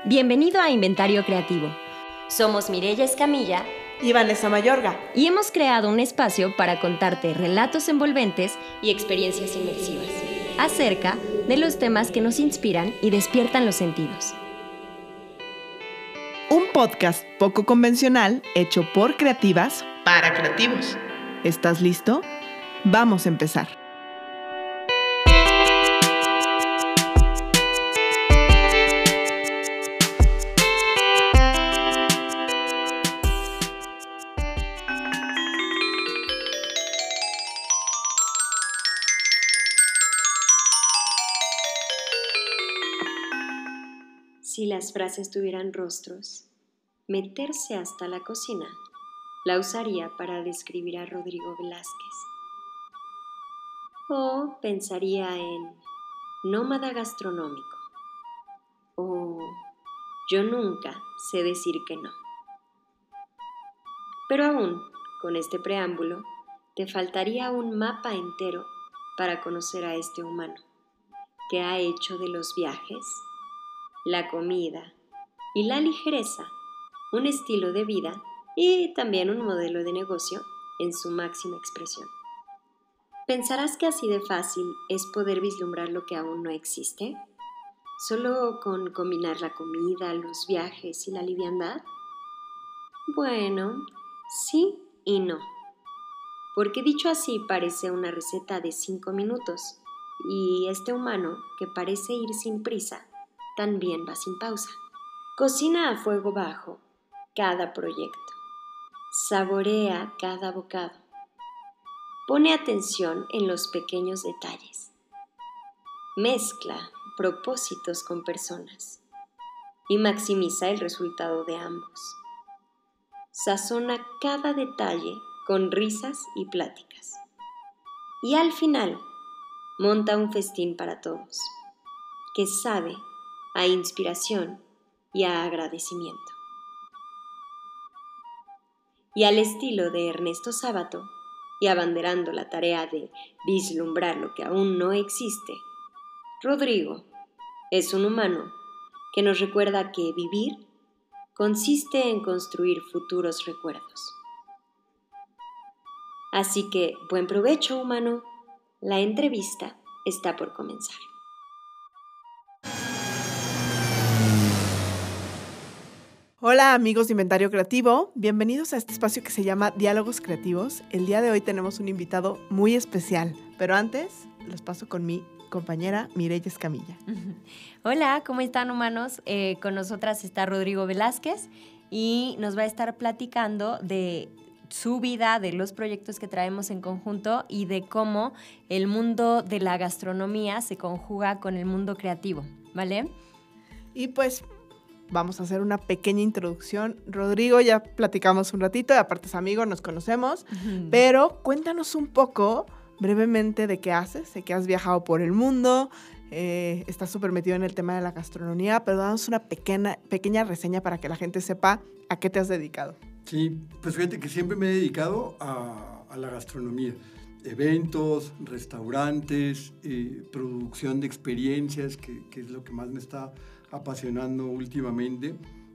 Bienvenido a Inventario Creativo. Somos Mireya Escamilla y Vanessa Mayorga. Y hemos creado un espacio para contarte relatos envolventes y experiencias inmersivas acerca de los temas que nos inspiran y despiertan los sentidos. Un podcast poco convencional hecho por creativas para creativos. ¿Estás listo? Vamos a empezar. Si las frases tuvieran rostros, meterse hasta la cocina la usaría para describir a Rodrigo Velázquez. O pensaría en nómada gastronómico. O yo nunca sé decir que no. Pero aún, con este preámbulo, te faltaría un mapa entero para conocer a este humano, que ha hecho de los viajes, la comida y la ligereza un estilo de vida y también un modelo de negocio en su máxima expresión. ¿Pensarás que así de fácil es poder vislumbrar lo que aún no existe? ¿Solo con combinar la comida, los viajes y la liviandad? Bueno, sí y no. Porque dicho así parece una receta de 5 minutos y este humano que parece ir sin prisa también va sin pausa. Cocina a fuego bajo cada proyecto. Saborea cada bocado. Pone atención en los pequeños detalles. Mezcla propósitos con personas y maximiza el resultado de ambos. Sazona cada detalle con risas y pláticas. Y al final, monta un festín para todos, que sabe a inspiración y a agradecimiento. Y al estilo de Ernesto Sábato, y abanderando la tarea de vislumbrar lo que aún no existe, Rodrigo es un humano que nos recuerda que vivir consiste en construir futuros recuerdos. Así que, buen provecho, humano. La entrevista está por comenzar. Hola amigos de Inventario Creativo, bienvenidos a este espacio que se llama Diálogos Creativos. El día de hoy tenemos un invitado muy especial, pero antes los paso con mi compañera Mireya Escamilla. Hola, ¿cómo están, humanos? Con nosotras está Rodrigo Velázquez y nos va a estar platicando de su vida, de los proyectos que traemos en conjunto y de cómo el mundo de la gastronomía se conjuga con el mundo creativo, ¿vale? Y pues vamos a hacer una pequeña introducción. Rodrigo, ya platicamos un ratito, y aparte es amigo, nos conocemos, pero cuéntanos un poco, brevemente, de qué haces. Sé que has viajado por el mundo, estás súper metido en el tema de la gastronomía, pero danos una pequeña reseña para que la gente sepa a qué te has dedicado. Sí, pues fíjate que siempre me he dedicado a la gastronomía. Eventos, restaurantes, producción de experiencias, que es lo que más me está apasionando últimamente.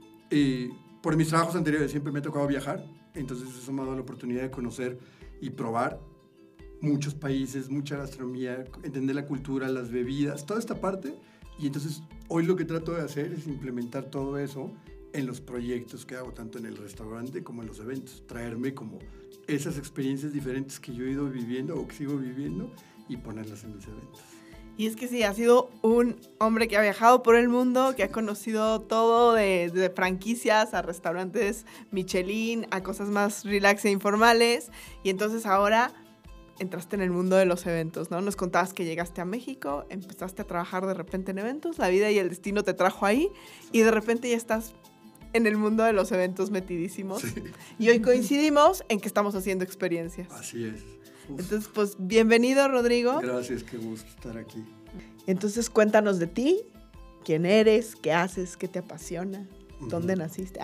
Por mis trabajos anteriores siempre me ha tocado viajar, entonces eso me ha dado la oportunidad de conocer y probar muchos países, mucha gastronomía, entender la cultura, las bebidas, toda esta parte. Y entonces hoy lo que trato de hacer es implementar todo eso en los proyectos que hago, tanto en el restaurante como en los eventos. Traerme como esas experiencias diferentes que yo he ido viviendo o que sigo viviendo y ponerlas en mis eventos. Y es que sí, ha sido un hombre que ha viajado por el mundo, que ha conocido todo de franquicias a restaurantes Michelin, a cosas más relax e informales. Y entonces ahora entraste en el mundo de los eventos, ¿no? Nos contabas que llegaste a México, empezaste a trabajar de repente en eventos, la vida y el destino te trajo ahí y de repente ya estás en el mundo de los eventos metidísimos. Sí. Y hoy coincidimos en que estamos haciendo experiencias. Así es. Uf. Entonces, pues, bienvenido, Rodrigo. Gracias, qué gusto estar aquí. Entonces, cuéntanos de ti, quién eres, qué haces, qué te apasiona, dónde naciste.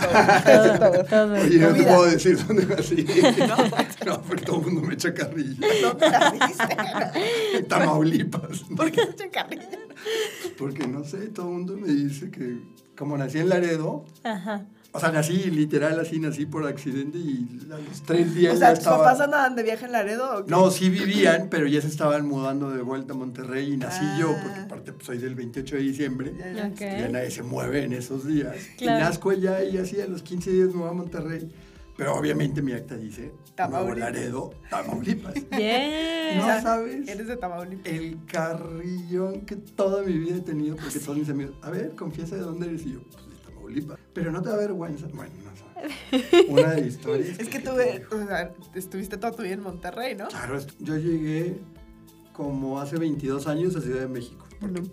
Todo. Oye, no te puedo decir dónde nací. No, porque todo el mundo me echa carrilla. ¿Dónde naciste? En Tamaulipas. ¿Por qué te echan carrilla? Porque, no sé, todo el mundo me dice que como nací en Laredo, Ajá. o sea, nací por accidente y a los 3 días O sea, ya ¿tus estaba... papás andaban de viaje en Laredo o qué? No, sí vivían, pero ya se estaban mudando de vuelta a Monterrey y nací yo, porque aparte pues, soy del 28 de diciembre, Ya. Ok. ya nadie se mueve en esos días. Claro. Y nazco allá y así a los 15 días me voy a Monterrey, pero obviamente mi acta dice Nuevo Laredo, Tamaulipas. Bien. No O sea, sabes Eres de Tamaulipas. el carrillón que toda mi vida he tenido, porque todos mis amigos, a ver, confiesa de dónde eres, y yo, pues de Tamaulipas, pero no te da vergüenza, bueno, no sabes, una de historias. Es que tú, o sea, estuviste toda tu vida en Monterrey, ¿no? Claro, yo llegué como hace 22 años a Ciudad de México, porque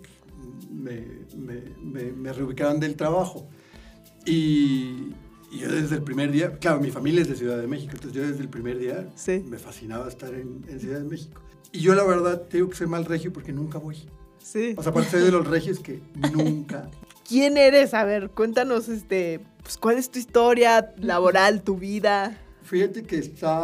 me reubicaron del trabajo, y yo desde el primer día, claro, mi familia es de Ciudad de México, entonces yo desde el primer día Sí. me fascinaba estar en Ciudad de México. Y yo la verdad te digo que soy mal regio porque nunca voy. Sí. O sea, aparte soy de los regios que nunca... ¿Quién eres? A ver, cuéntanos, pues, ¿cuál es tu historia laboral, tu vida? Fíjate que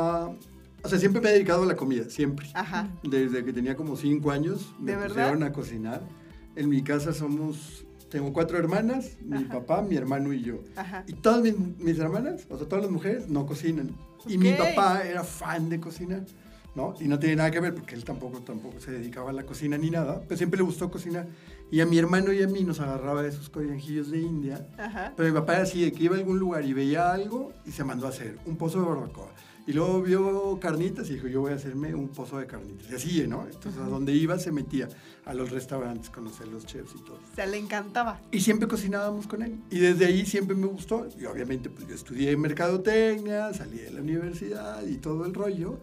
o sea, siempre me he dedicado a la comida, siempre. Ajá. Desde que tenía como 5 años me ¿De pusieron verdad? a cocinar. En mi casa tengo 4 hermanas, mi papá, mi hermano y yo. Ajá. Y todas mis hermanas, o sea, todas las mujeres, no cocinan. Y mi Ok. papá era fan de cocinar, ¿no? Y no tiene nada que ver porque él tampoco se dedicaba a la cocina ni nada, pero siempre le gustó cocinar. Y a mi hermano y a mí nos agarraba de esos conejillos de India. Ajá. Pero mi papá era así, de que iba a algún lugar y veía algo y se mandó a hacer un pozo de barbacoa. Y luego vio carnitas y dijo, yo voy a hacerme un pozo de carnitas. Y así, ¿no? Entonces, a donde iba se metía a los restaurantes, conocer los chefs y todo. O sea, le encantaba. Y siempre cocinábamos con él. Y desde ahí siempre me gustó. Y obviamente, pues yo estudié mercadotecnia, salí de la universidad y todo el rollo.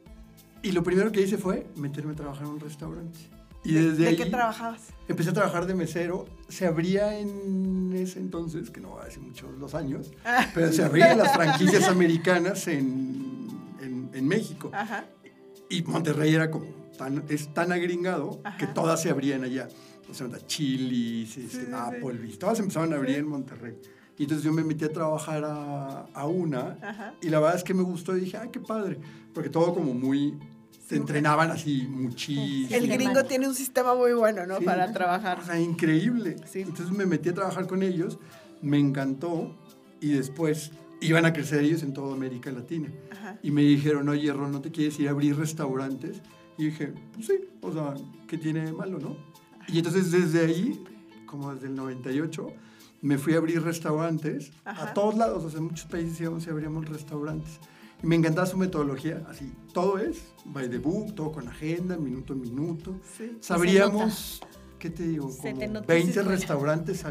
Y lo primero que hice fue meterme a trabajar en un restaurante. Y desde ahí ¿De qué trabajabas? empecé a trabajar de mesero. Se abría en ese entonces, que no va a decir muchos los años, pero se abrían las franquicias americanas en México. Ajá. Y Monterrey era como es tan agringado Ajá. que todas se abrían allá. O sea, Chili's, sí. Applebee's, todas empezaron a abrir en Monterrey. Y entonces yo me metí a trabajar a una, Ajá. y la verdad es que me gustó y dije, ay, qué padre, porque todo como muy, se entrenaban así muchísimo. El gringo tiene un sistema muy bueno, ¿no? Sí, Para trabajar. O sea, increíble. Sí. Entonces me metí a trabajar con ellos, me encantó, y después iban a crecer ellos en toda América Latina. Ajá. Y me dijeron, oye, Ron, ¿no te quieres ir a abrir restaurantes? Y dije, pues sí, o sea, ¿qué tiene de malo, no? Y entonces desde ahí, como desde el 98, me fui a abrir restaurantes. Ajá. A todos lados, o sea, en muchos países íbamos y abríamos restaurantes. Y me encantaba su metodología, así, todo es by the book, todo con agenda, minuto en minuto. Sí. Sabríamos, ¿qué te digo? Se Como te nota, 20 sí, sí. restaurantes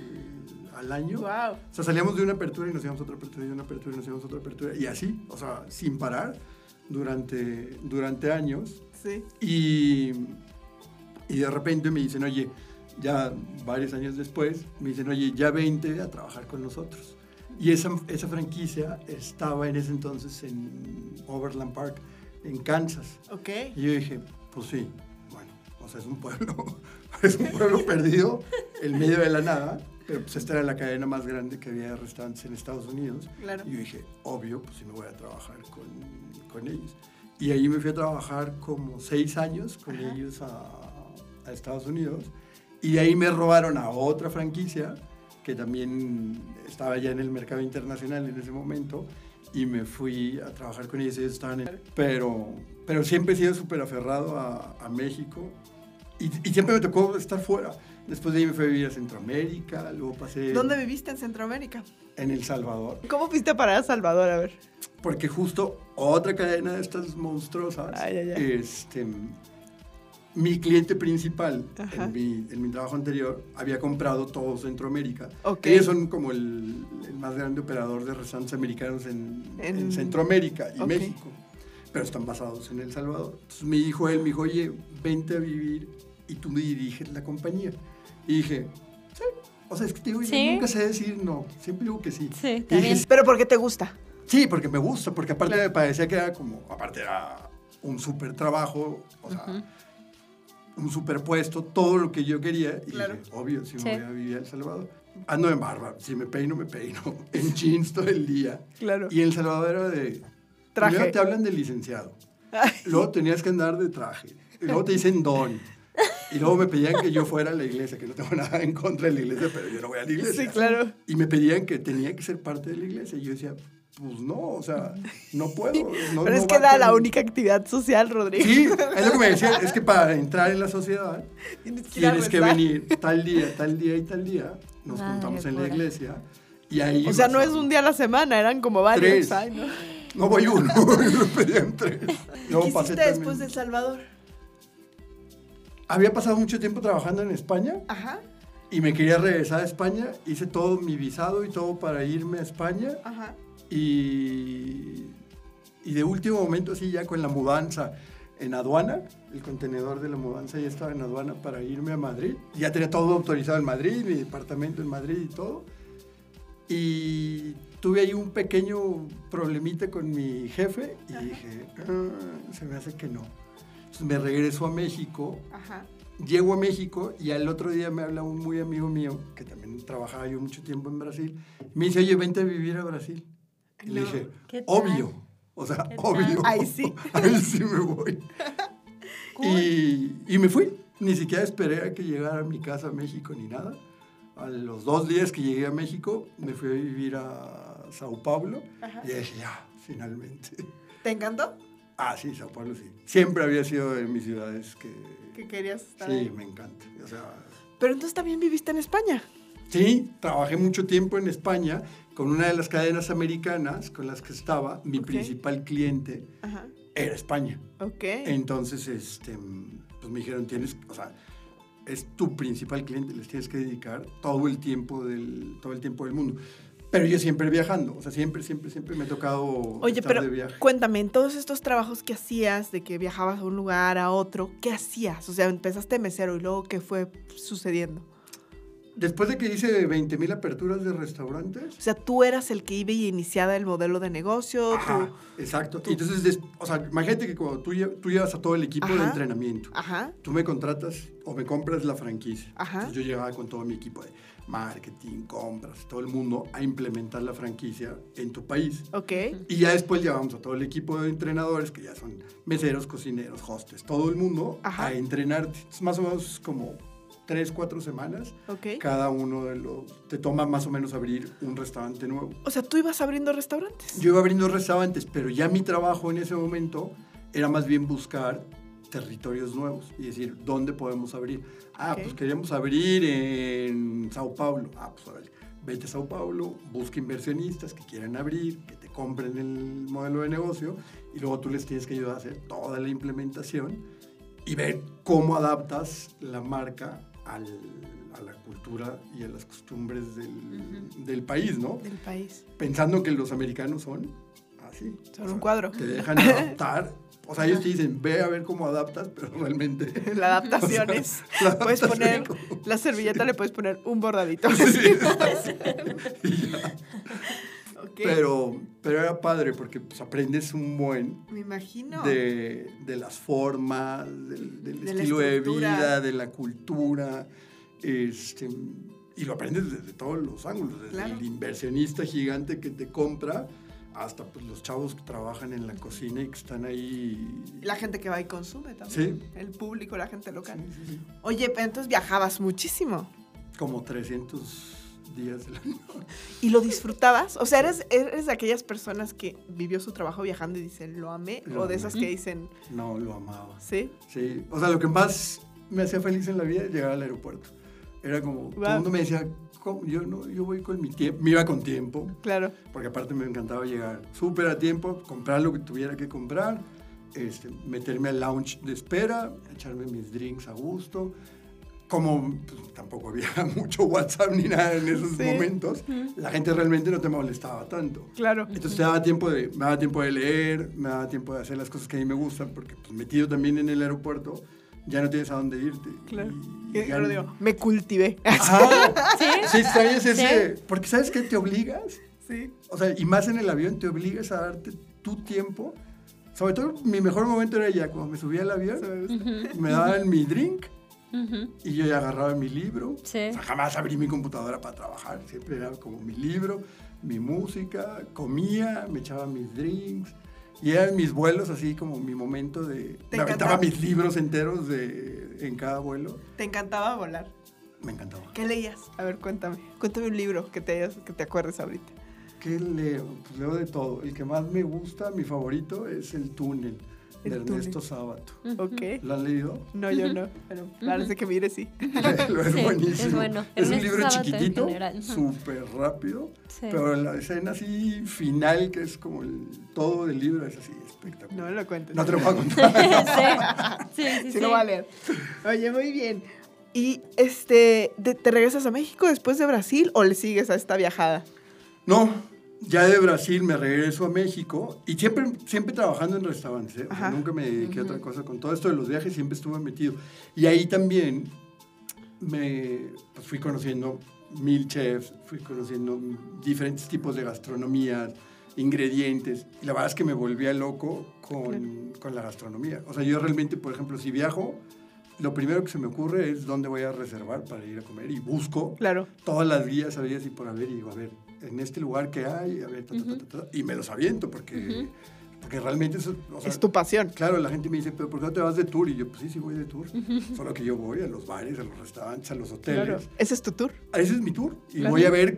al año. Wow. O sea, salíamos de una apertura y nos íbamos a otra apertura y de una apertura y nos íbamos a otra apertura. Y así, o sea, sin parar durante años. Sí. Y de repente me dicen, oye, ya varios años después, me dicen, oye, ya vente a trabajar con nosotros. Y esa franquicia estaba en ese entonces en Overland Park, en Kansas. Ok. Y yo dije, pues sí, bueno, o sea, es un pueblo perdido en medio de la nada, pero pues esta era la cadena más grande que había de restaurantes en Estados Unidos. Claro. Y yo dije, obvio, pues sí me voy a trabajar con ellos. Y ahí me fui a trabajar como 6 años con Ajá. ellos a Estados Unidos. Y de ahí me robaron a otra franquicia que también estaba ya en el mercado internacional en ese momento. Y me fui a trabajar con ellos. Ellos estaban pero siempre he sido súper aferrado a México. Y siempre me tocó estar fuera. Después de ahí me fui a vivir a Centroamérica. Luego pasé ¿Dónde viviste en Centroamérica? en El Salvador. ¿Cómo fuiste a parar a Salvador? A ver. Porque justo otra cadena de estas monstruosas, Ay, ay, ay. Mi cliente principal Ajá. en mi trabajo anterior había comprado todo Centroamérica. Ok. Ellos son como el más grande operador de restaurantes americanos en Centroamérica y Ok. México, pero están basados en El Salvador. Entonces me dijo, oye, vente a vivir y tú diriges la compañía. Y dije, sí. O sea, es que te digo, Sí. yo nunca sé decir no, siempre digo que sí. Sí, Y está dije, bien. ¿Pero por qué te gusta? sí, porque me gusta, porque aparte me parecía que era como, aparte era un súper trabajo, o sea, un súper puesto, todo lo que yo quería. Y Claro. dije, obvio, si me Sí. voy a vivir a El Salvador. Ando en barba, si me peino, me peino. En jeans todo el día. Claro. Y en El Salvador era de... Traje. Primero te hablan de licenciado. Ay. Luego tenías que andar de traje. Y luego te dicen don. Y luego me pedían que yo fuera a la iglesia, que no tengo nada en contra de la iglesia, pero yo no voy a la iglesia. Sí, claro. Y me pedían que tenía que ser parte de la iglesia. Y yo decía, pues no, o sea, no puedo. No, pero es no que va era la con- única actividad social, Rodrigo. Sí, es lo que me decían, es que para entrar en la sociedad tienes que rezar. venir tal día y tal día. Nos Madre juntamos en la pura. iglesia. Y ahí O sea, vas no a- es un día a la semana, eran como varios. 3. Ay, ¿no? No voy uno, me pedían 3. Luego ¿Qué pasé hiciste después de también- El Salvador? Había pasado mucho tiempo trabajando en España Ajá, y me quería regresar a España. Hice todo mi visado y todo para irme a España. ajá. Y de último momento, así ya con la mudanza en aduana, el contenedor de la mudanza ya estaba en aduana para irme a Madrid. Ya tenía todo autorizado en Madrid, mi departamento en Madrid y todo. Y tuve ahí un pequeño problemita con mi jefe y dije, se me hace que no. Entonces me regreso a México. Ajá. Llego a México y al otro día me habla un muy amigo mío, que también trabajaba yo mucho tiempo en Brasil, me dice, oye, vente a vivir a Brasil. Y le No. dije, ¿Qué tal? obvio, o sea, ¿Qué obvio. tal? Ahí sí. Ahí sí me voy. Cool. Y me fui, ni siquiera esperé a que llegara a mi casa a México ni nada. A los 2 días que llegué a México, me fui a vivir a Sao Paulo. Ajá. Y dije, ya, finalmente. ¿Te encantó? Ah, sí, Sao Paulo sí. Siempre había sido de mis ciudades que... Que querías estar Sí, ahí. me encanta. O sea, Pero entonces también viviste en España. sí, trabajé mucho tiempo en España con una de las cadenas americanas con las que estaba. Mi Ok. principal cliente Ajá. era España. Ok. Entonces, pues me dijeron, o sea, es tu principal cliente, les tienes que dedicar todo el tiempo del mundo. Pero yo siempre viajando, o sea, siempre me ha tocado Oye, estar pero de viaje. cuéntame, en todos estos trabajos que hacías, de que viajabas a un lugar, a otro, ¿qué hacías? O sea, empezaste de mesero y luego, ¿qué fue sucediendo? Después de que hice 20,000 aperturas de restaurantes, O sea, tú eras el que iba y iniciaba el modelo de negocio, ajá, tú... exacto. Y entonces, o sea, imagínate que cuando tú llevas a todo el equipo de Ajá. entrenamiento, Ajá, tú me contratas o me compras la franquicia. Ajá. Entonces yo llegaba con todo mi equipo de marketing, compras, todo el mundo a implementar la franquicia en tu país. ok. Y ya después llevamos a todo el equipo de entrenadores, que ya son meseros, cocineros, hostes, todo el mundo, Ajá. a entrenarte. Es más o menos como 3-4 semanas. Ok. Cada uno de los... Te toma más o menos abrir un restaurante nuevo. O sea, tú ibas abriendo restaurantes. Yo iba abriendo restaurantes, pero ya mi trabajo en ese momento era más bien buscar territorios nuevos y decir, ¿dónde podemos abrir? Ah, Ok. pues queríamos abrir en Sao Paulo. Ah, pues órale, vete a Sao Paulo, busca inversionistas que quieran abrir, que te compren el modelo de negocio y luego tú les tienes que ayudar a hacer toda la implementación y ver cómo adaptas la marca a la cultura y a las costumbres del país, ¿no? Del país. Pensando que los americanos son así. Son un cuadro. Te dejan adaptar. O sea, ellos te dicen, ve a ver cómo adaptas, pero realmente... La adaptación es... la Puedes adaptación poner... como- La servilleta le puedes poner un bordadito. Sí. Y ya. Ok. Pero era padre porque pues, aprendes un buen Me imagino. de las formas, del De la estilo de estructura. vida, de la cultura, y lo aprendes desde todos los ángulos, desde Claro. el inversionista gigante que te compra hasta pues, los chavos que trabajan en la cocina y que están ahí. La gente que va y consume también. Sí. El público, la gente local. Sí, sí, sí. Oye, pero entonces viajabas muchísimo. Como 300 días del año. ¿Y lo disfrutabas? O sea, ¿eres de aquellas personas que vivió su trabajo viajando y dicen, lo amé? Lo ¿O de amé. esas que dicen, No, lo amaba. sí? Sí, o sea, lo que más me hacía feliz en la vida es llegar al aeropuerto. Era como, todo el mundo me decía, ¿cómo? Yo voy con mi tiempo, me iba con tiempo, Claro. porque aparte me encantaba llegar súper a tiempo, comprar lo que tuviera que comprar, meterme al lounge de espera, echarme mis drinks a gusto. Como pues, tampoco había mucho WhatsApp ni nada en esos Sí. momentos, la gente realmente no te molestaba tanto. Claro. Entonces me daba tiempo de leer, me daba tiempo de hacer las cosas que a mí me gustan, porque pues, metido también en el aeropuerto, ya no tienes a dónde irte. Claro. Y Y ya lo digo, me cultivé. Ajá. ¿Sí? Sí, extrañas ese... Porque ¿sabes qué? Te obligas, Sí. o sea, y más en el avión, te obligas a darte tu tiempo. Sobre todo, mi mejor momento era ya cuando me subía al avión, Eso me gusta. me daban mi drink Ujú. y yo ya agarraba mi libro. Sí. O sea, jamás abrí mi computadora para trabajar, siempre era como mi libro, mi música, comía, me echaba mis drinks Y eran mis vuelos así como mi momento de... Me aventaba mis libros enteros en cada vuelo. ¿Te encantaba volar? Me encantaba. ¿Qué leías? A ver, cuéntame. Cuéntame un libro que te acuerdes ahorita. ¿Qué leo? Pues leo de todo. El que más me gusta, mi favorito, es El túnel, de Ernesto Sábato. Ok. ¿Lo han leído? No, yo no, pero parece que mire sí. Es buenísimo. Es bueno. Es un Ernesto libro Sábato chiquitito, en general. súper rápido, Sí. pero la escena así final, que es como todo del libro, es así espectacular. No me lo cuentes. No te lo puedo contar. Sí. Sí lo va a leer. Oye, muy bien. ¿Y te regresas a México después de Brasil o le sigues a esta viajada? No, ya de Brasil me regreso a México y siempre trabajando en restaurantes. O sea, nunca me dediqué a otra cosa. Con todo esto de los viajes siempre estuve metido. Y ahí también pues fui conociendo 1000 chefs, fui conociendo diferentes tipos de gastronomías, ingredientes. Y la verdad es que me volvía loco con la gastronomía. O sea, yo realmente, por ejemplo, si viajo, lo primero que se me ocurre es dónde voy a reservar para ir a comer. Y busco todas las guías, sabidas y por haber. Y digo, a ver, en este lugar que hay, a ver, y me los aviento porque realmente eso, o sea, es tu pasión. Claro, la gente me dice, pero ¿por qué no te vas de tour? Y yo, pues sí voy de tour. Solo que yo voy a los bares, a los restaurantes, a los hoteles. Claro. ¿Ese es tu tour? Ese es mi tour. Y claro. voy a ver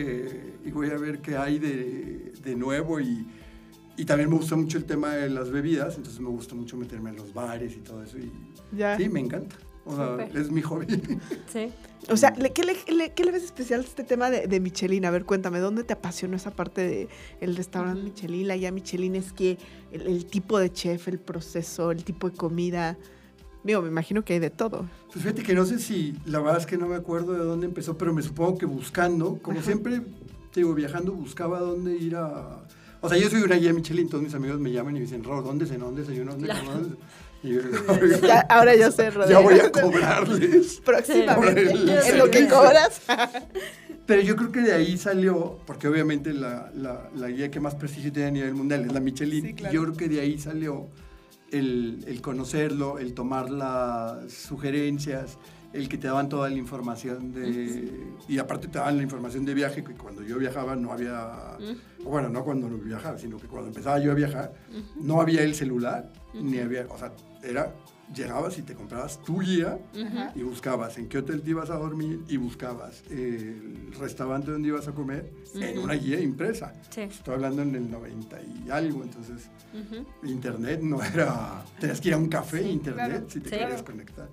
qué hay de nuevo. Y también me gusta mucho el tema de las bebidas, entonces me gusta mucho meterme en los bares y todo eso. Y sí, me encanta. O sea, es mi hobby. Sí. O sea, ¿qué le ves especial a este tema de Michelin? A ver, cuéntame, ¿dónde te apasionó esa parte del restaurante Michelin? La guía Michelin es que el tipo de chef, el proceso, el tipo de comida. Digo, me imagino que hay de todo. Pues fíjate que no sé si, la verdad es que no me acuerdo de dónde empezó, pero me supongo que buscando, como siempre, te digo, viajando, buscaba dónde ir a... O sea, yo soy una guía Michelin, todos mis amigos me llaman y me dicen, Ro, ¿dónde cenó? ¿Dónde desayunó? ¿Dónde comió? Y yo, ahora yo sé, Rodrigo. Ya voy a cobrarles. Próximamente, en lo que cobras. Pero yo creo que de ahí salió, porque obviamente la guía que más prestigio tiene a nivel mundial es la Michelin. Sí, claro. Y yo creo que de ahí salió el conocerlo, el tomar las sugerencias, el que te daban toda la información y aparte te daban la información de viaje, que cuando yo viajaba no había, bueno, no cuando no viajaba, sino que cuando empezaba yo a viajar, no había el celular, ni había, o sea, llegabas y te comprabas tu guía y buscabas en qué hotel te ibas a dormir y buscabas el restaurante donde ibas a comer en una guía impresa. Sí. Estoy hablando en el 90 y algo, entonces internet no era, tenías que ir a un café internet si te querías conectar.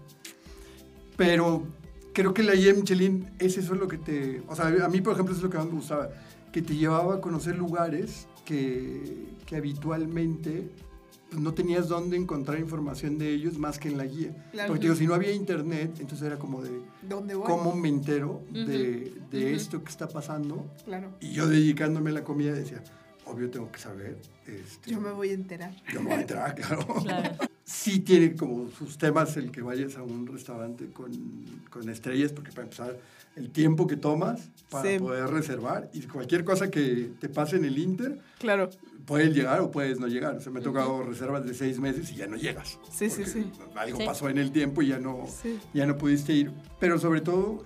Pero creo que la guía Michelin es eso lo que te... O sea, a mí, por ejemplo, eso es lo que más me gustaba, que te llevaba a conocer lugares que habitualmente pues, no tenías dónde encontrar información de ellos más que en la guía. Claro. Porque digo, si no había internet, entonces era como de... ¿Dónde voy? ¿Cómo me entero de esto que está pasando? Claro. Y yo dedicándome a la comida decía, obvio tengo que saber. Yo me voy a enterar. Yo me voy a enterar, claro. Sí tiene como sus temas el que vayas a un restaurante con estrellas, porque para empezar, el tiempo que tomas para poder reservar y cualquier cosa que te pase en el Inter, claro, puedes llegar o puedes no llegar. O sea, me ha tocado reservas de 6 meses y ya no llegas. Sí. Algo pasó en el tiempo y ya no pudiste ir. Pero sobre todo,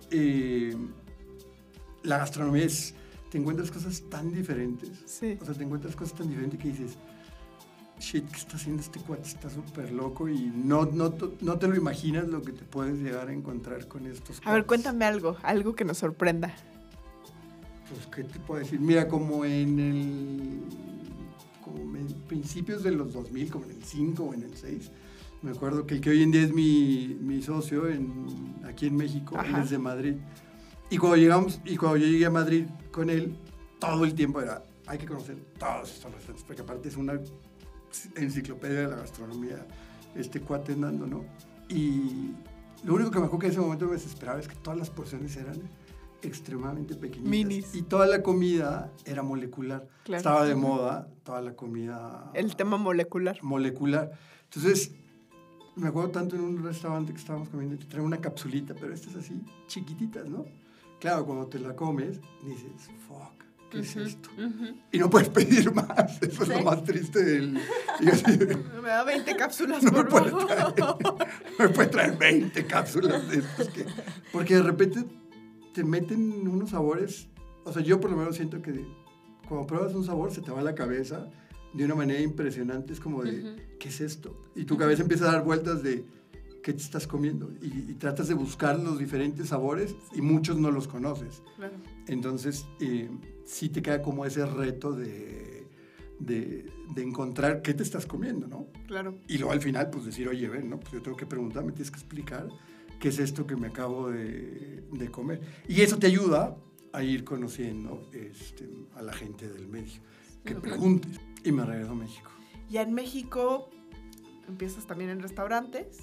la gastronomía te encuentras cosas tan diferentes. Sí. O sea, te encuentras cosas tan diferentes que dices, shit, ¿qué está haciendo este cuate? Está súper loco y no te lo imaginas lo que te puedes llegar a encontrar con estos cuates. A ver, cuéntame algo que nos sorprenda. Pues, ¿qué te puedo decir? Mira, como en principios de los 2000, como en el 5 o en el 6, me acuerdo que el que hoy en día es mi socio aquí en México, él es de Madrid. Y cuando yo llegué a Madrid con él, todo el tiempo hay que conocer todos estos restaurantes, porque aparte es una enciclopedia de la gastronomía, este cuate andando, ¿no? Y lo único que me acuerdo que en ese momento me desesperaba es que todas las porciones eran extremadamente pequeñitas. Minis. Y toda la comida era molecular. Claro. Estaba de moda toda la comida... El tema molecular. Entonces, me acuerdo tanto en un restaurante que estábamos comiendo, te traen una capsulita, pero estas así, chiquititas, ¿no? Claro, cuando te la comes, dices, fuck, ¿qué es esto? Y no puedes pedir más, eso es lo más triste del... Me da 20 cápsulas, por favor. No me puede traer 20 cápsulas de estos porque de repente te meten unos sabores, o sea, yo por lo menos siento que cuando pruebas un sabor se te va a la cabeza de una manera impresionante. Es como de, ¿qué es esto? Y tu cabeza empieza a dar vueltas de, ¿qué te estás comiendo? Y tratas de buscar los diferentes sabores y muchos no los conoces. Claro. Entonces, sí te queda como ese reto de encontrar qué te estás comiendo, ¿no? Claro. Y luego al final, pues decir, oye, ven, ¿no? Pues yo tengo que preguntar, me tienes que explicar qué es esto que me acabo de comer. Y eso te ayuda a ir conociendo a la gente del medio. Que preguntes. Y me regreso a México. Ya en México empiezas también en restaurantes.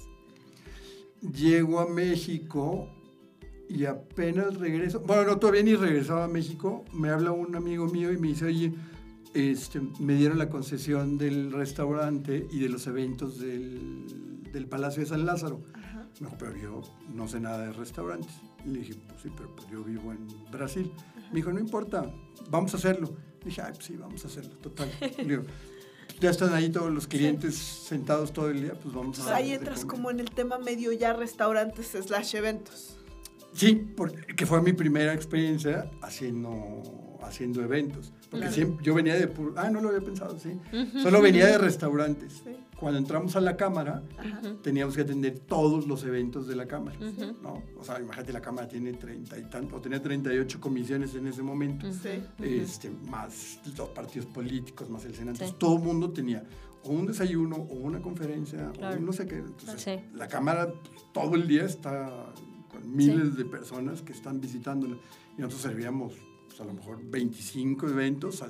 Llego a México y apenas regreso. Bueno, no, todavía ni regresaba a México. Me habla un amigo mío y me dice, oye, me dieron la concesión del restaurante y de los eventos del Palacio de San Lázaro. Ajá. Me dijo, pero yo no sé nada de restaurantes. Y le dije, pues sí, pero pues yo vivo en Brasil. Ajá. Me dijo, no importa, vamos a hacerlo. Le dije, ay, pues sí, vamos a hacerlo, total. Le digo, ya están ahí todos los clientes sentados todo el día, pues vamos a... Ahí entras como en el tema medio ya restaurantes / eventos. Sí, porque fue mi primera experiencia haciendo eventos. Porque claro. siempre, yo venía de... no lo había pensado, sí. Solo venía de restaurantes. Sí. Cuando entramos a la Cámara, teníamos que atender todos los eventos de la Cámara, ¿no? O sea, imagínate, la Cámara tiene 30 y tanto, o tenía 38 comisiones en ese momento, más los partidos políticos, más el Senado. Entonces, todo el mundo tenía o un desayuno, o una conferencia, o un no sé qué. Entonces, la Cámara todo el día está con miles de personas que están visitándola. Y nosotros servíamos, pues, a lo mejor 25 eventos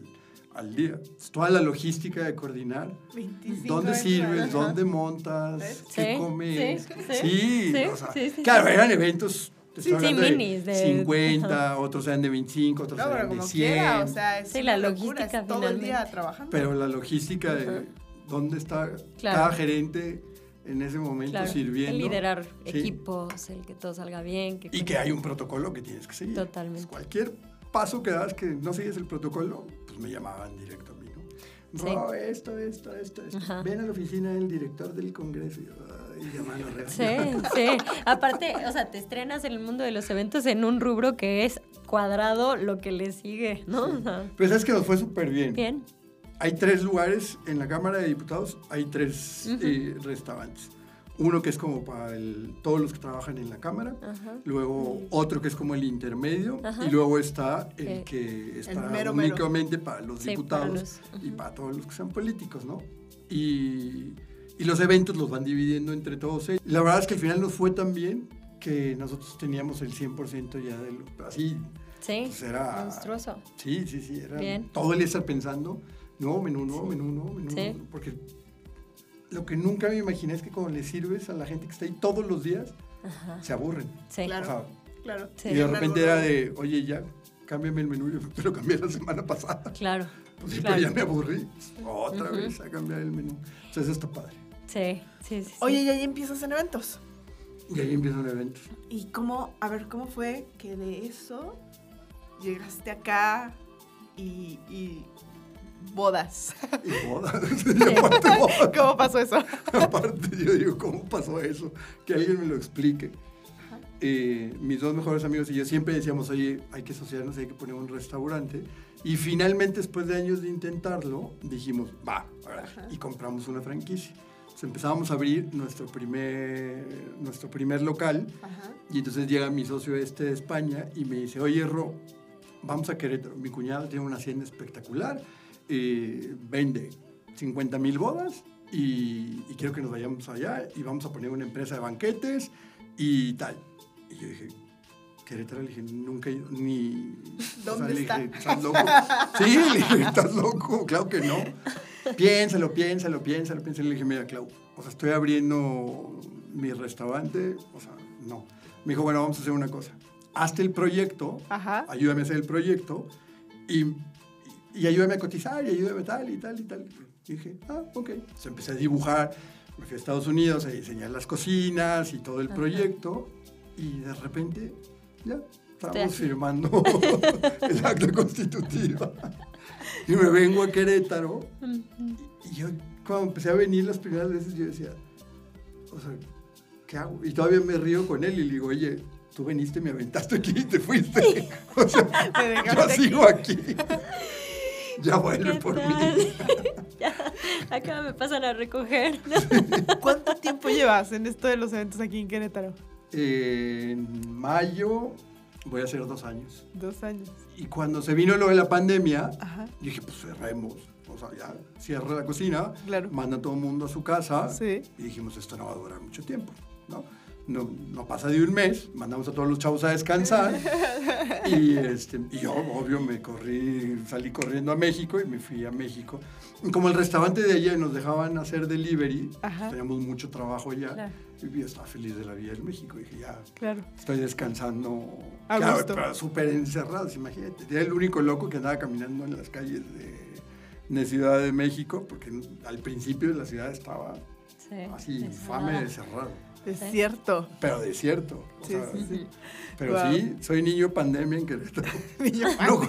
al día. Toda la logística de coordinar. 25 ¿Dónde sirves? Ajá. ¿Dónde montas? ¿Qué comes? Sí. O sea, claro, eran eventos minis de 50, otros eran de 25, otros eran de 100. Quiera, o sea, es la logística es todo el día trabajando. Pero la logística de dónde está cada gerente en ese momento sirviendo. El liderar equipos, el que todo salga bien. Y que hay un protocolo que tienes que seguir. Totalmente. Pues cualquier paso que das que no sigues el protocolo, pues me llamaban directo a mí, ¿no? No, esto. Ven a la oficina del director del Congreso. Y llaman a Sí. Aparte, o sea, te estrenas en el mundo de los eventos en un rubro que es cuadrado lo que le sigue, ¿no? Sí. Pero sabes que nos fue súper bien. Bien. Hay 3 lugares en la Cámara de Diputados, hay 3 restaurantes. Uno que es como para todos los que trabajan en la Cámara, luego otro que es como el intermedio, y luego está el que es únicamente para los diputados y para todos los que sean políticos, ¿no? Y los eventos los van dividiendo entre todos ellos. La verdad es que al final nos fue tan bien que nosotros teníamos el 100% ya de lo... Así, sí, pues era... monstruoso. Sí, era bien. Todo el día estar pensando, nuevo menú, porque... Lo que nunca me imaginé es que cuando le sirves a la gente que está ahí todos los días, se aburren. Sí. Claro, o sea, claro. Y de repente era de, oye, ya, cámbiame el menú. Yo te lo cambié la semana pasada. Claro. Pues sí, pero ya me aburrí. Otra vez a cambiar el menú. Entonces eso está padre. Sí. Oye, y ahí empiezas en eventos. Y ahí empiezan eventos. ¿Y cómo fue que de eso llegaste acá y bodas? Y bodas. Y aparte bodas. ¿Cómo pasó eso? Aparte yo digo, ¿cómo pasó eso? Que alguien me lo explique. Mis 2 mejores amigos y yo siempre decíamos, oye, hay que asociarnos, hay que poner un restaurante. Y finalmente, después de años de intentarlo, dijimos, va, y compramos una franquicia. Entonces empezamos a abrir nuestro primer local. Y entonces llega mi socio de España y me dice, oye, Ro, vamos a Querétaro. Mi cuñado tiene una hacienda espectacular. Vende 50,000 bodas y quiero que nos vayamos allá y vamos a poner una empresa de banquetes y tal. Y yo dije, Querétaro, le dije, nunca he ido, ni... ¿Dónde está? Le dije, ¿estás loco? Sí, le dije, ¿estás loco? Claro que no. Piénsalo. Le dije, mira, Clau, o sea, estoy abriendo mi restaurante, o sea, no. Me dijo, bueno, vamos a hacer una cosa. Hazte el proyecto, ayúdame a hacer el proyecto y ayúdame a cotizar, y ayúdame tal y tal. Y dije, ok. Entonces empecé a dibujar, me fui a Estados Unidos a diseñar las cocinas y todo el proyecto, y de repente ya estábamos firmando el acta constitutiva. Y me vengo a Querétaro, y yo cuando empecé a venir las primeras veces, yo decía, o sea, ¿qué hago? Y todavía me río con él y le digo, oye, tú veniste, me aventaste aquí y te fuiste. O sea, yo sigo aquí. Ya vuelve ¿Qué por tal? mí. Ya, acá me pasan a recoger. ¿Cuánto tiempo llevas en esto de los eventos aquí en Querétaro? En mayo voy a hacer 2 años. 2 años. Y cuando se vino lo de la pandemia, Ajá. dije, pues cerremos. O sea, ya cierra la cocina, Claro. manda a todo el mundo a su casa. Sí. Y dijimos, esto no va a durar mucho tiempo, ¿no? No pasa de un mes, mandamos a todos los chavos a descansar. y yo, obvio, salí corriendo a México y me fui a México. Y como el restaurante de allá nos dejaban hacer delivery, Ajá. teníamos mucho trabajo allá. Claro. Y yo estaba feliz de la vida en México. Y dije, ya, Claro. estoy descansando. A Claro, gusto. pero súper encerrados, imagínate. Era el único loco que andaba caminando en las calles de Ciudad de México, porque al principio la ciudad estaba Sí, así, desolada. infame, cerrado. Es cierto. Pero desierto. O Sí, sea, sí, sí. Pero Wow. sí, soy niño pandemia en Querétaro. Niño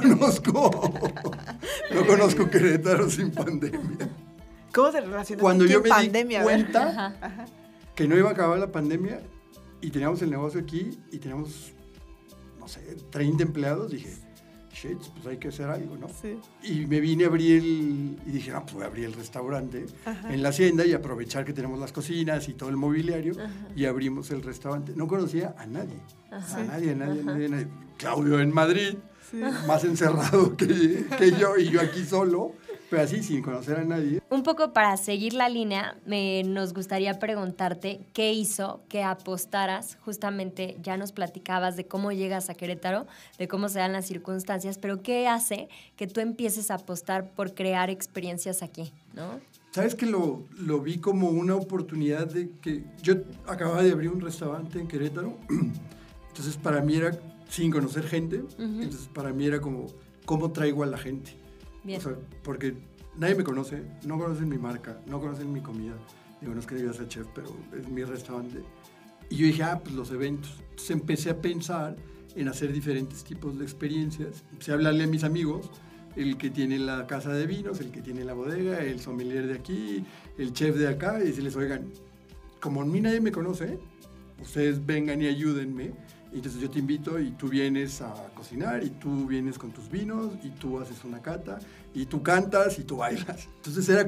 No conozco Querétaro sin pandemia. ¿Cómo se relaciona Cuando yo me pandemia? di A ver. cuenta Ajá. que no iba a acabar la pandemia y teníamos el negocio aquí y teníamos, no sé, 30 empleados, dije, shit, pues hay que hacer algo, ¿no? Sí. Y me vine a abrir y dije, pues voy a abrir el restaurante Ajá. en la hacienda y aprovechar que tenemos las cocinas y todo el mobiliario Ajá. y abrimos el restaurante. No conocía a nadie, Ajá. a nadie. Ajá. Claudio en Madrid, Sí. más encerrado que yo y yo aquí solo, pero así sin conocer a nadie. Un poco para seguir la línea, nos gustaría preguntarte qué hizo que apostaras, justamente ya nos platicabas de cómo llegas a Querétaro, de cómo se dan las circunstancias, pero qué hace que tú empieces a apostar por crear experiencias aquí, ¿no? ¿Sabes que lo vi como una oportunidad de que yo acababa de abrir un restaurante en Querétaro? Entonces para mí era, sin conocer gente, entonces para mí era como, ¿cómo traigo a la gente? Bien. O sea, porque nadie me conoce, no conocen mi marca, no conocen mi comida. Digo, no es que yo sea chef, pero es mi restaurante. Y yo dije, pues los eventos. Entonces empecé a pensar en hacer diferentes tipos de experiencias. Empecé a hablarle a mis amigos, el que tiene la casa de vinos, el que tiene la bodega, el sommelier de aquí, el chef de acá, y decirles, oigan, como a mí nadie me conoce, ustedes vengan y ayúdenme. Entonces yo te invito y tú vienes a cocinar y tú vienes con tus vinos y tú haces una cata y tú cantas y tú bailas. Entonces era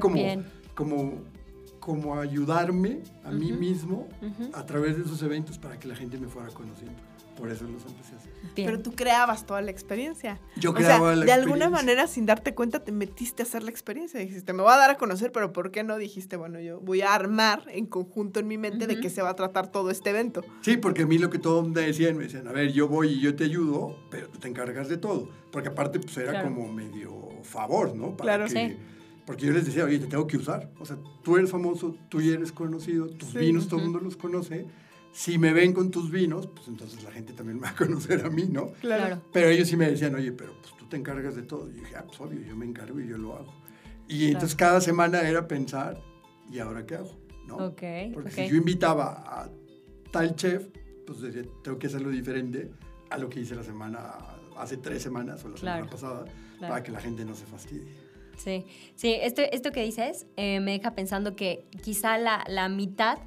como ayudarme a mí mismo a través de esos eventos para que la gente me fuera conociendo. Por eso los empecé a hacer. Bien. Pero tú creabas toda la experiencia. Yo O creaba sea, la de alguna experiencia. manera, sin darte cuenta, te metiste a hacer la experiencia. Dijiste, me voy a dar a conocer, pero ¿por qué no dijiste, bueno, yo voy a armar en conjunto en mi mente de qué se va a tratar todo este evento? Sí, porque a mí lo que todos me decían, a ver, yo voy y yo te ayudo, pero tú te encargas de todo. Porque aparte, pues era Claro. como medio favor, ¿no? Claro. Sí. Porque yo les decía, oye, te tengo que usar. O sea, tú eres famoso, tú ya eres conocido, tus Sí. vinos todo el mundo los conoce. Si me ven con tus vinos, pues entonces la gente también me va a conocer a mí, ¿no? Claro. Pero ellos sí me decían, oye, pero pues tú te encargas de todo. Y yo dije, pues obvio, yo me encargo y yo lo hago. Y entonces cada semana era pensar, ¿y ahora qué hago? ¿No? Ok, Porque ok. si yo invitaba a tal chef, pues decía, tengo que hacerlo diferente a lo que hice hace 3 semanas o la semana pasada, para que la gente no se fastidie. Sí, esto que dices me deja pensando que quizá la mitad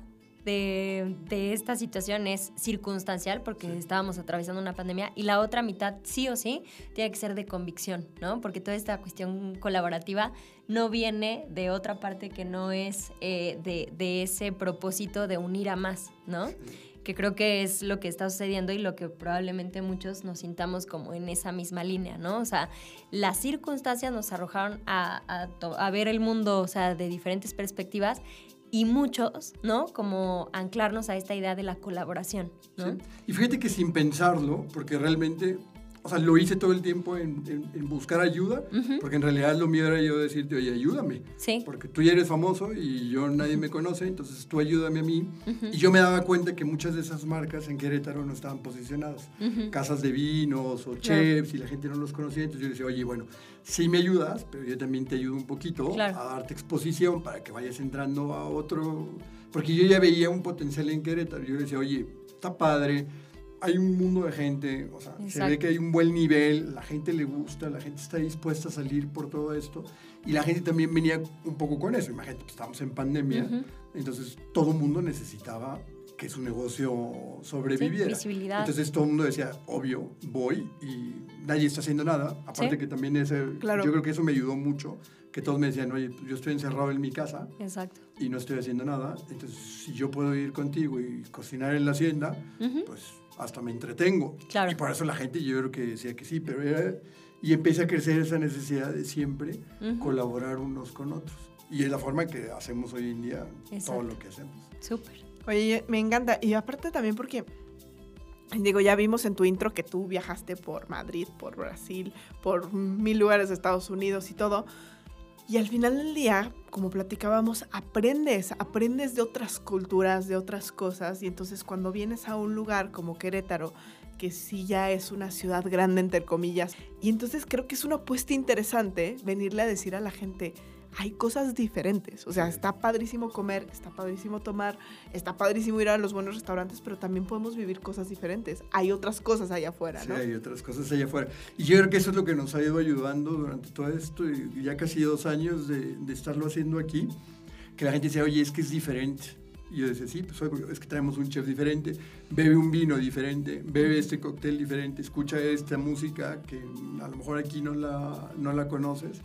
de esta situación es circunstancial porque estábamos atravesando una pandemia y la otra mitad sí o sí tiene que ser de convicción, ¿no? Porque toda esta cuestión colaborativa no viene de otra parte que no es de ese propósito de unir a más, ¿no? Que creo que es lo que está sucediendo y lo que probablemente muchos nos sintamos como en esa misma línea, ¿no? O sea, las circunstancias nos arrojaron a ver el mundo, o sea, de diferentes perspectivas y muchos, ¿no? Como anclarnos a esta idea de la colaboración, ¿no? ¿Sí? Y fíjate que sin pensarlo, porque realmente, o sea, lo hice todo el tiempo en buscar ayuda, porque en realidad lo mío era yo decirte, oye, ayúdame. Sí. Porque tú ya eres famoso y nadie me conoce, entonces tú ayúdame a mí. Y yo me daba cuenta que muchas de esas marcas en Querétaro no estaban posicionadas. Casas de vinos o chefs, y la gente no los conocía. Entonces yo decía, oye, bueno, sí me ayudas, pero yo también te ayudo un poquito a darte exposición para que vayas entrando a otro. Porque yo ya veía un potencial en Querétaro. Yo decía, oye, está padre, hay un mundo de gente, o sea, se ve que hay un buen nivel, la gente le gusta, la gente está dispuesta a salir por todo esto, y la gente también venía un poco con eso. Imagínate, pues, estábamos en pandemia, entonces todo el mundo necesitaba que su negocio sobreviviera. Sí, visibilidad. Entonces todo el mundo decía, obvio, voy y nadie está haciendo nada. Aparte que también Claro. yo creo que eso me ayudó mucho, que todos me decían, oye, yo estoy encerrado en mi casa. Exacto. Y no estoy haciendo nada. Entonces, si yo puedo ir contigo y cocinar en la hacienda, pues hasta me entretengo. Claro. Y por eso la gente yo creo que decía que sí, y empieza a crecer esa necesidad de siempre colaborar unos con otros. Y es la forma que hacemos hoy en día todo lo que hacemos. Súper. Oye, me encanta. Y aparte también porque, digo, ya vimos en tu intro que tú viajaste por Madrid, por Brasil, por 1000 lugares de Estados Unidos y todo. Y al final del día, como platicábamos, aprendes de otras culturas, de otras cosas. Y entonces cuando vienes a un lugar como Querétaro, que sí ya es una ciudad grande, entre comillas, y entonces creo que es una apuesta interesante venirle a decir a la gente, hay cosas diferentes. O sea, está padrísimo comer, está padrísimo tomar, está padrísimo ir a los buenos restaurantes, pero también podemos vivir cosas diferentes. Hay otras cosas allá afuera, ¿no? Sí, hay otras cosas allá afuera. Y yo creo que eso es lo que nos ha ido ayudando durante todo esto, y ya casi 2 años de estarlo haciendo aquí, que la gente decía, oye, es que es diferente. Y yo decía, sí, pues es que traemos un chef diferente, bebe un vino diferente, bebe este cóctel diferente, escucha esta música que a lo mejor aquí no la conoces.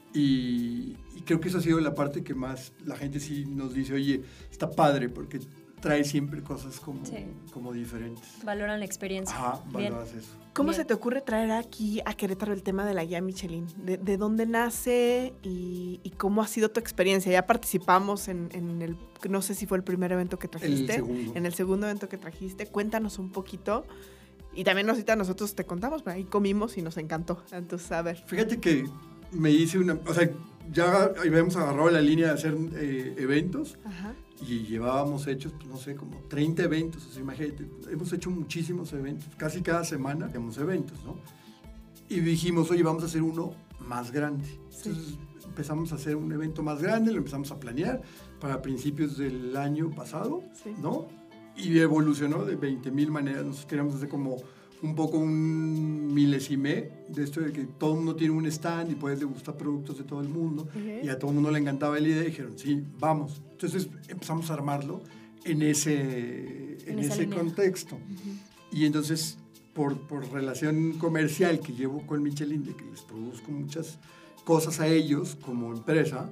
Y creo que eso ha sido la parte que más la gente sí nos dice, oye, está padre porque trae siempre cosas como diferentes. Valoran la experiencia. Ajá, valoras eso. ¿Cómo Bien. se te ocurre traer aquí a Querétaro el tema de la guía Michelin? ¿De dónde nace y cómo ha sido tu experiencia? Ya participamos en el, no sé si fue el primer evento que trajiste. El segundo. En el segundo evento que trajiste. Cuéntanos un poquito. Y también ahorita nosotros te contamos, pero ahí comimos y nos encantó. Entonces, a ver. Fíjate que me hice o sea, ya habíamos agarrado la línea de hacer eventos. Ajá. Y llevábamos hechos, pues, no sé, como 30 eventos. O sea, imagínate, hemos hecho muchísimos eventos. Casi cada semana hacemos eventos, ¿no? Y dijimos, oye, vamos a hacer uno más grande. Sí. Entonces empezamos a hacer un evento más grande, lo empezamos a planear para principios del año pasado, Sí. ¿no? Y evolucionó de 20,000 maneras. Nosotros queríamos hacer como un poco un milésime de esto de que todo el mundo tiene un stand y puedes degustar productos de todo el mundo. Y a todo el mundo le encantaba la idea y dijeron, sí, vamos. Entonces empezamos a armarlo en ese línea. contexto. Y entonces, por relación comercial que llevo con Michelin, de que les produzco muchas cosas a ellos como empresa,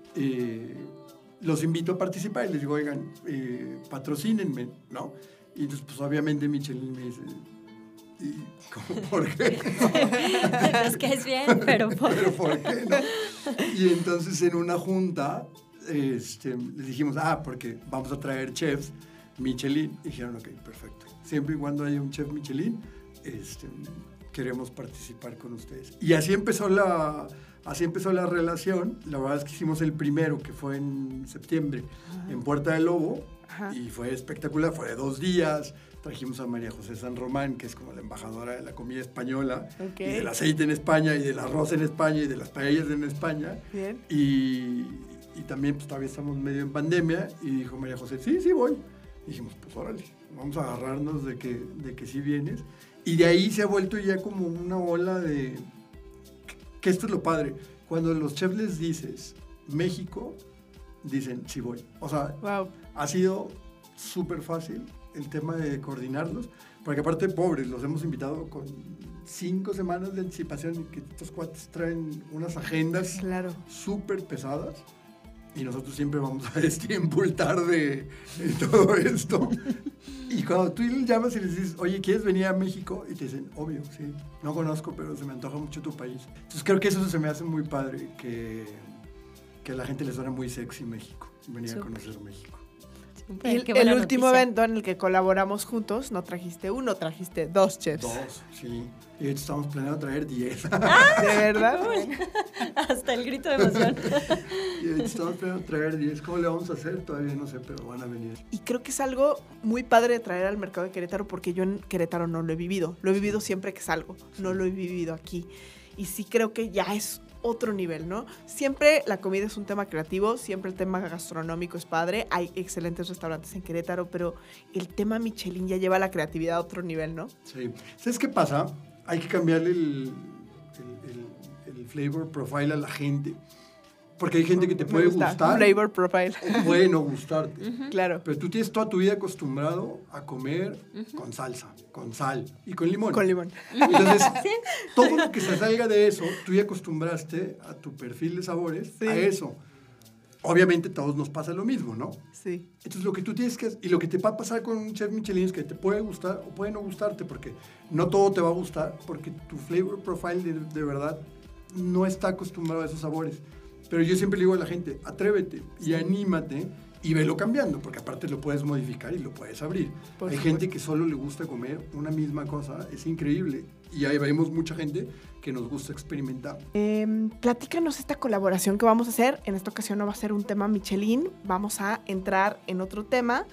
los invito a participar y les digo, oigan, patrocínenme, ¿no? Y entonces, pues obviamente Michelin me dice, ¿y cómo, por qué? Es que es bien, pero ¿Pero por qué no? Y entonces en una junta les dijimos, porque vamos a traer chefs Michelin. Y dijeron, ok, perfecto. Siempre y cuando haya un chef Michelin, queremos participar con ustedes. Y así empezó la relación. La verdad es que hicimos el primero, que fue en septiembre, en Puerta del Lobo. Ajá. Y fue espectacular, fue de 2 días. Trajimos a María José San Román, que es como la embajadora de la comida española, Ok. y del aceite en España, y del arroz en España, y de las paellas en España. Bien. Y también pues, todavía estamos medio en pandemia, y dijo María José, sí, voy. Y dijimos, pues órale, vamos a agarrarnos de que sí vienes. Y de ahí se ha vuelto ya como una ola de... Que esto es lo padre. Cuando los chefs les dices México, dicen, sí voy. O sea, Wow. ha sido súper fácil el tema de coordinarlos, porque aparte, pobres, los hemos invitado con 5 semanas de anticipación, y que estos cuates traen unas agendas Claro. súper pesadas, y nosotros siempre vamos a destiempultar de todo esto. Y cuando tú les llamas y les dices, oye, ¿quieres venir a México? Y te dicen, obvio, sí, no conozco, pero se me antoja mucho tu país. Entonces creo que eso se me hace muy padre, que a la gente le suena muy sexy México, venir a conocer México. Y Qué el buena último noticia. evento en el que colaboramos juntos, no trajiste uno, trajiste 2 chefs. 2, sí. Y ahorita estamos planeando traer 10. ¿De verdad? Hasta el grito de emoción. Y ahorita estamos planeando traer 10. ¿Cómo le vamos a hacer? Todavía no sé, pero van a venir. Y creo que es algo muy padre de traer al mercado de Querétaro, porque yo en Querétaro no lo he vivido. Lo he vivido siempre que salgo, no lo he vivido aquí. Y sí creo que ya es otro nivel, ¿no? Siempre la comida es un tema creativo, siempre el tema gastronómico es padre, hay excelentes restaurantes en Querétaro, pero el tema Michelin ya lleva la creatividad a otro nivel, ¿no? Sí. ¿Sabes qué pasa? Hay que cambiarle el flavor profile a la gente, Porque hay gente que te puede Me gusta. gustar Flavor profile. o puede no gustarte. Claro. Pero tú tienes toda tu vida acostumbrado a comer con salsa, con sal y con limón. Con limón. Entonces, todo lo que se salga de eso, tú ya acostumbraste a tu perfil de sabores Sí. a eso. Obviamente a todos nos pasa lo mismo, ¿no? Sí. Entonces lo que tú tienes que hacer, y lo que te va a pasar con un chef Michelin es que te puede gustar o puede no gustarte, porque no todo te va a gustar, porque tu flavor profile de verdad no está acostumbrado a esos sabores. Pero yo siempre le digo a la gente, atrévete y anímate y velo cambiando, porque aparte lo puedes modificar y lo puedes abrir. Por Hay supuesto. gente que solo le gusta comer una misma cosa, es increíble. Y ahí vemos mucha gente que nos gusta experimentar. Platícanos esta colaboración que vamos a hacer. En esta ocasión no va a ser un tema Michelin, vamos a entrar en otro tema,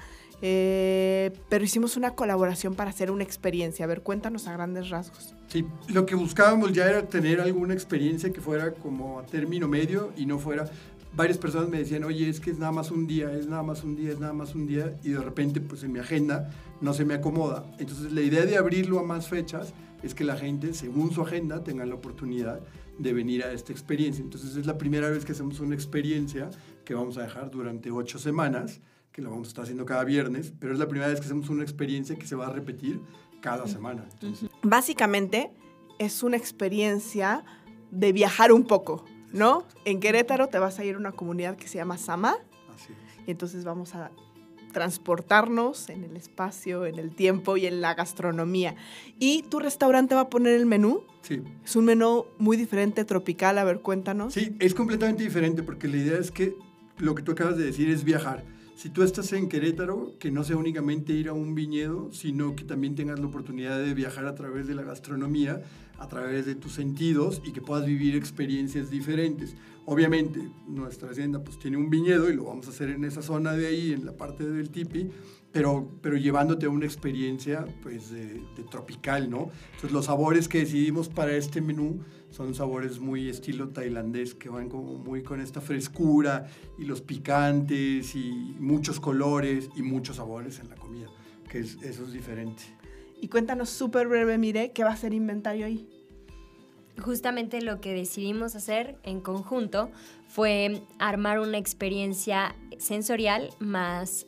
pero hicimos una colaboración para hacer una experiencia. A ver, cuéntanos a grandes rasgos. Sí, lo que buscábamos ya era tener alguna experiencia que fuera como a término medio y no fuera... Varias personas me decían, oye, es que es nada más un día, es nada más un día, es nada más un día, y de repente, pues en mi agenda no se me acomoda. Entonces, la idea de abrirlo a más fechas es que la gente, según su agenda, tenga la oportunidad de venir a esta experiencia. Entonces, es la primera vez que hacemos una experiencia que vamos a dejar durante 8 semanas, que lo vamos a estar haciendo cada viernes, pero es la primera vez que hacemos una experiencia que se va a repetir cada semana. Entonces, Básicamente es una experiencia de viajar un poco, ¿no? En Querétaro te vas a ir a una comunidad que se llama Sama, así es. y entonces vamos a transportarnos en el espacio, en el tiempo y en la gastronomía. Y tu restaurante va a poner el menú. Sí. Es un menú muy diferente, tropical. A ver, cuéntanos. Sí, es completamente diferente porque la idea es que lo que tú acabas de decir es viajar. Si tú estás en Querétaro, que no sea únicamente ir a un viñedo, sino que también tengas la oportunidad de viajar a través de la gastronomía, a través de tus sentidos y que puedas vivir experiencias diferentes. Obviamente, nuestra hacienda pues tiene un viñedo y lo vamos a hacer en esa zona de ahí, en la parte del tipi, pero llevándote a una experiencia pues de tropical, ¿no? Entonces los sabores que decidimos para este menú son sabores muy estilo tailandés, que van como muy con esta frescura y los picantes y muchos colores y muchos sabores en la comida, que eso es diferente. Y cuéntanos súper breve, Mire, ¿qué va a ser inventario ahí? Justamente lo que decidimos hacer en conjunto fue armar una experiencia sensorial más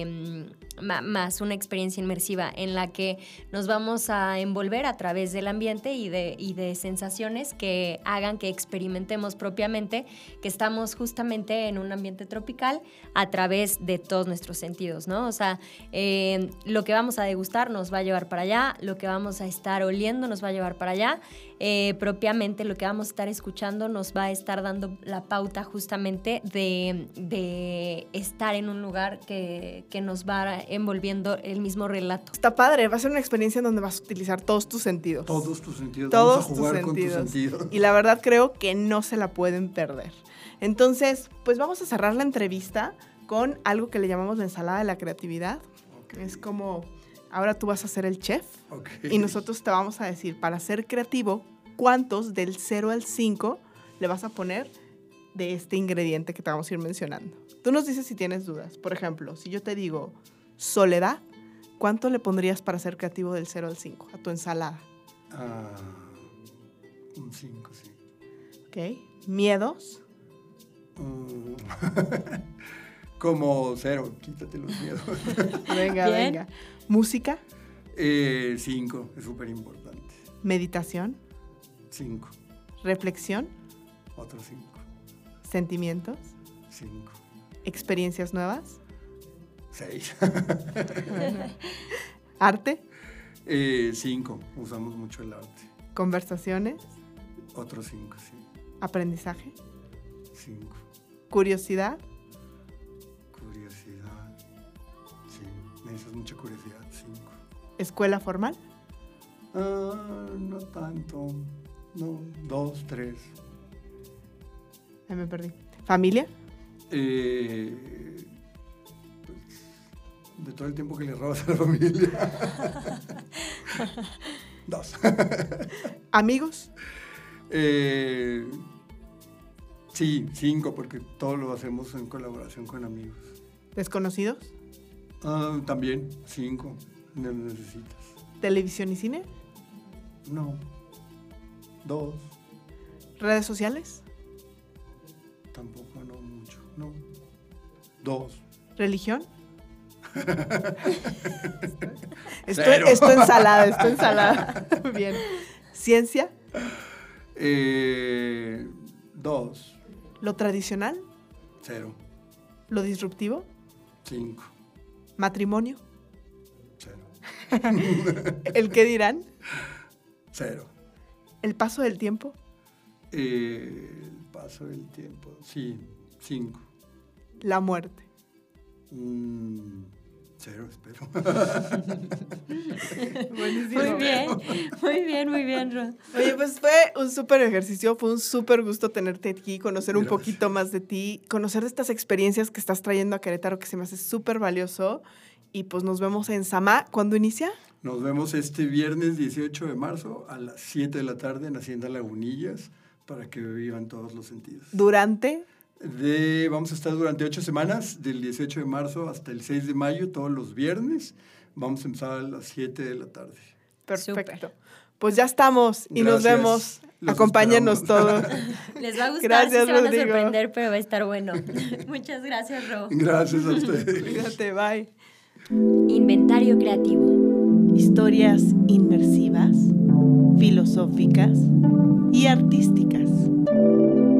una experiencia inmersiva en la que nos vamos a envolver a través del ambiente y de sensaciones que hagan que experimentemos propiamente que estamos justamente en un ambiente tropical a través de todos nuestros sentidos, ¿no? O sea, lo que vamos a degustar nos va a llevar para allá, lo que vamos a estar oliendo nos va a llevar para allá, propiamente lo que vamos a estar escuchando nos va a estar dando la pauta justamente de estar en un lugar que nos va envolviendo el mismo relato. Está padre, va a ser una experiencia en donde vas a utilizar todos tus sentidos. Todos tus sentidos. Todos Vamos a jugar tus sentidos. con tus sentidos. Y la verdad creo que no se la pueden perder. Entonces, pues vamos a cerrar la entrevista con algo que le llamamos la ensalada de la creatividad. Okay. Es como, ahora tú vas a ser el chef Okay. y nosotros te vamos a decir, para ser creativo, ¿cuántos del 0 al 5 le vas a poner de este ingrediente que te vamos a ir mencionando? Tú nos dices si tienes dudas. Por ejemplo, si yo te digo soledad, ¿cuánto le pondrías para ser creativo del 0 al 5 a tu ensalada? Un 5, sí. ¿Ok? ¿Miedos? Como 0, quítate los miedos. Venga, Bien. venga. ¿Música? 5, es súper importante. ¿Meditación? 5, ¿Reflexión? otro 5, ¿Sentimientos? 5, ¿Experiencias nuevas? 6. ¿Arte? 5, usamos mucho el arte. ¿Conversaciones? Otro 5, sí. ¿Aprendizaje? 5, ¿Curiosidad? curiosidad. Sí, necesitas mucha curiosidad. 5. ¿Escuela formal? No tanto. No, 2, 3. Ahí me perdí. ¿Familia? Pues, de todo el tiempo que le robas a la familia. 2. ¿Amigos? Sí, 5, porque todo lo hacemos en colaboración con amigos. ¿Desconocidos? También 5, no lo necesitas. ¿Televisión y cine? No, 2, ¿Redes sociales? tampoco, no mucho. No. 2. ¿Religión? Cero. Esto ensalada. Bien. ¿Ciencia? 2. ¿Lo tradicional? 0. ¿Lo disruptivo? 5. ¿Matrimonio? 0. ¿El qué dirán? 0. ¿El paso del tiempo? El paso del tiempo, sí, 5. ¿La muerte? 0, espero. Buenísimo. Muy bien, Ro. Oye, pues fue un súper ejercicio, fue un súper gusto tenerte aquí, conocer un Gracias. poquito más de ti, conocer de estas experiencias que estás trayendo a Querétaro, que se me hace súper valioso. Y pues nos vemos en Samá. ¿Cuándo inicia? Nos vemos este viernes 18 de marzo a las 7 de la tarde en Hacienda Lagunillas para que vivan todos los sentidos. ¿Durante? Vamos a estar durante 8 semanas, del 18 de marzo hasta el 6 de mayo, todos los viernes. Vamos a empezar a las 7 de la tarde. Perfecto. Súper. Pues ya estamos y nos Gracias. vemos. Los Acompáñennos esperamos. todos. Les va a gustar, Gracias, sí se van Rodrigo. a sorprender, pero va a estar bueno. Muchas gracias, Ro. Gracias a ustedes. Cuídate, bye. Inventario creativo. Historias inmersivas, filosóficas y artísticas.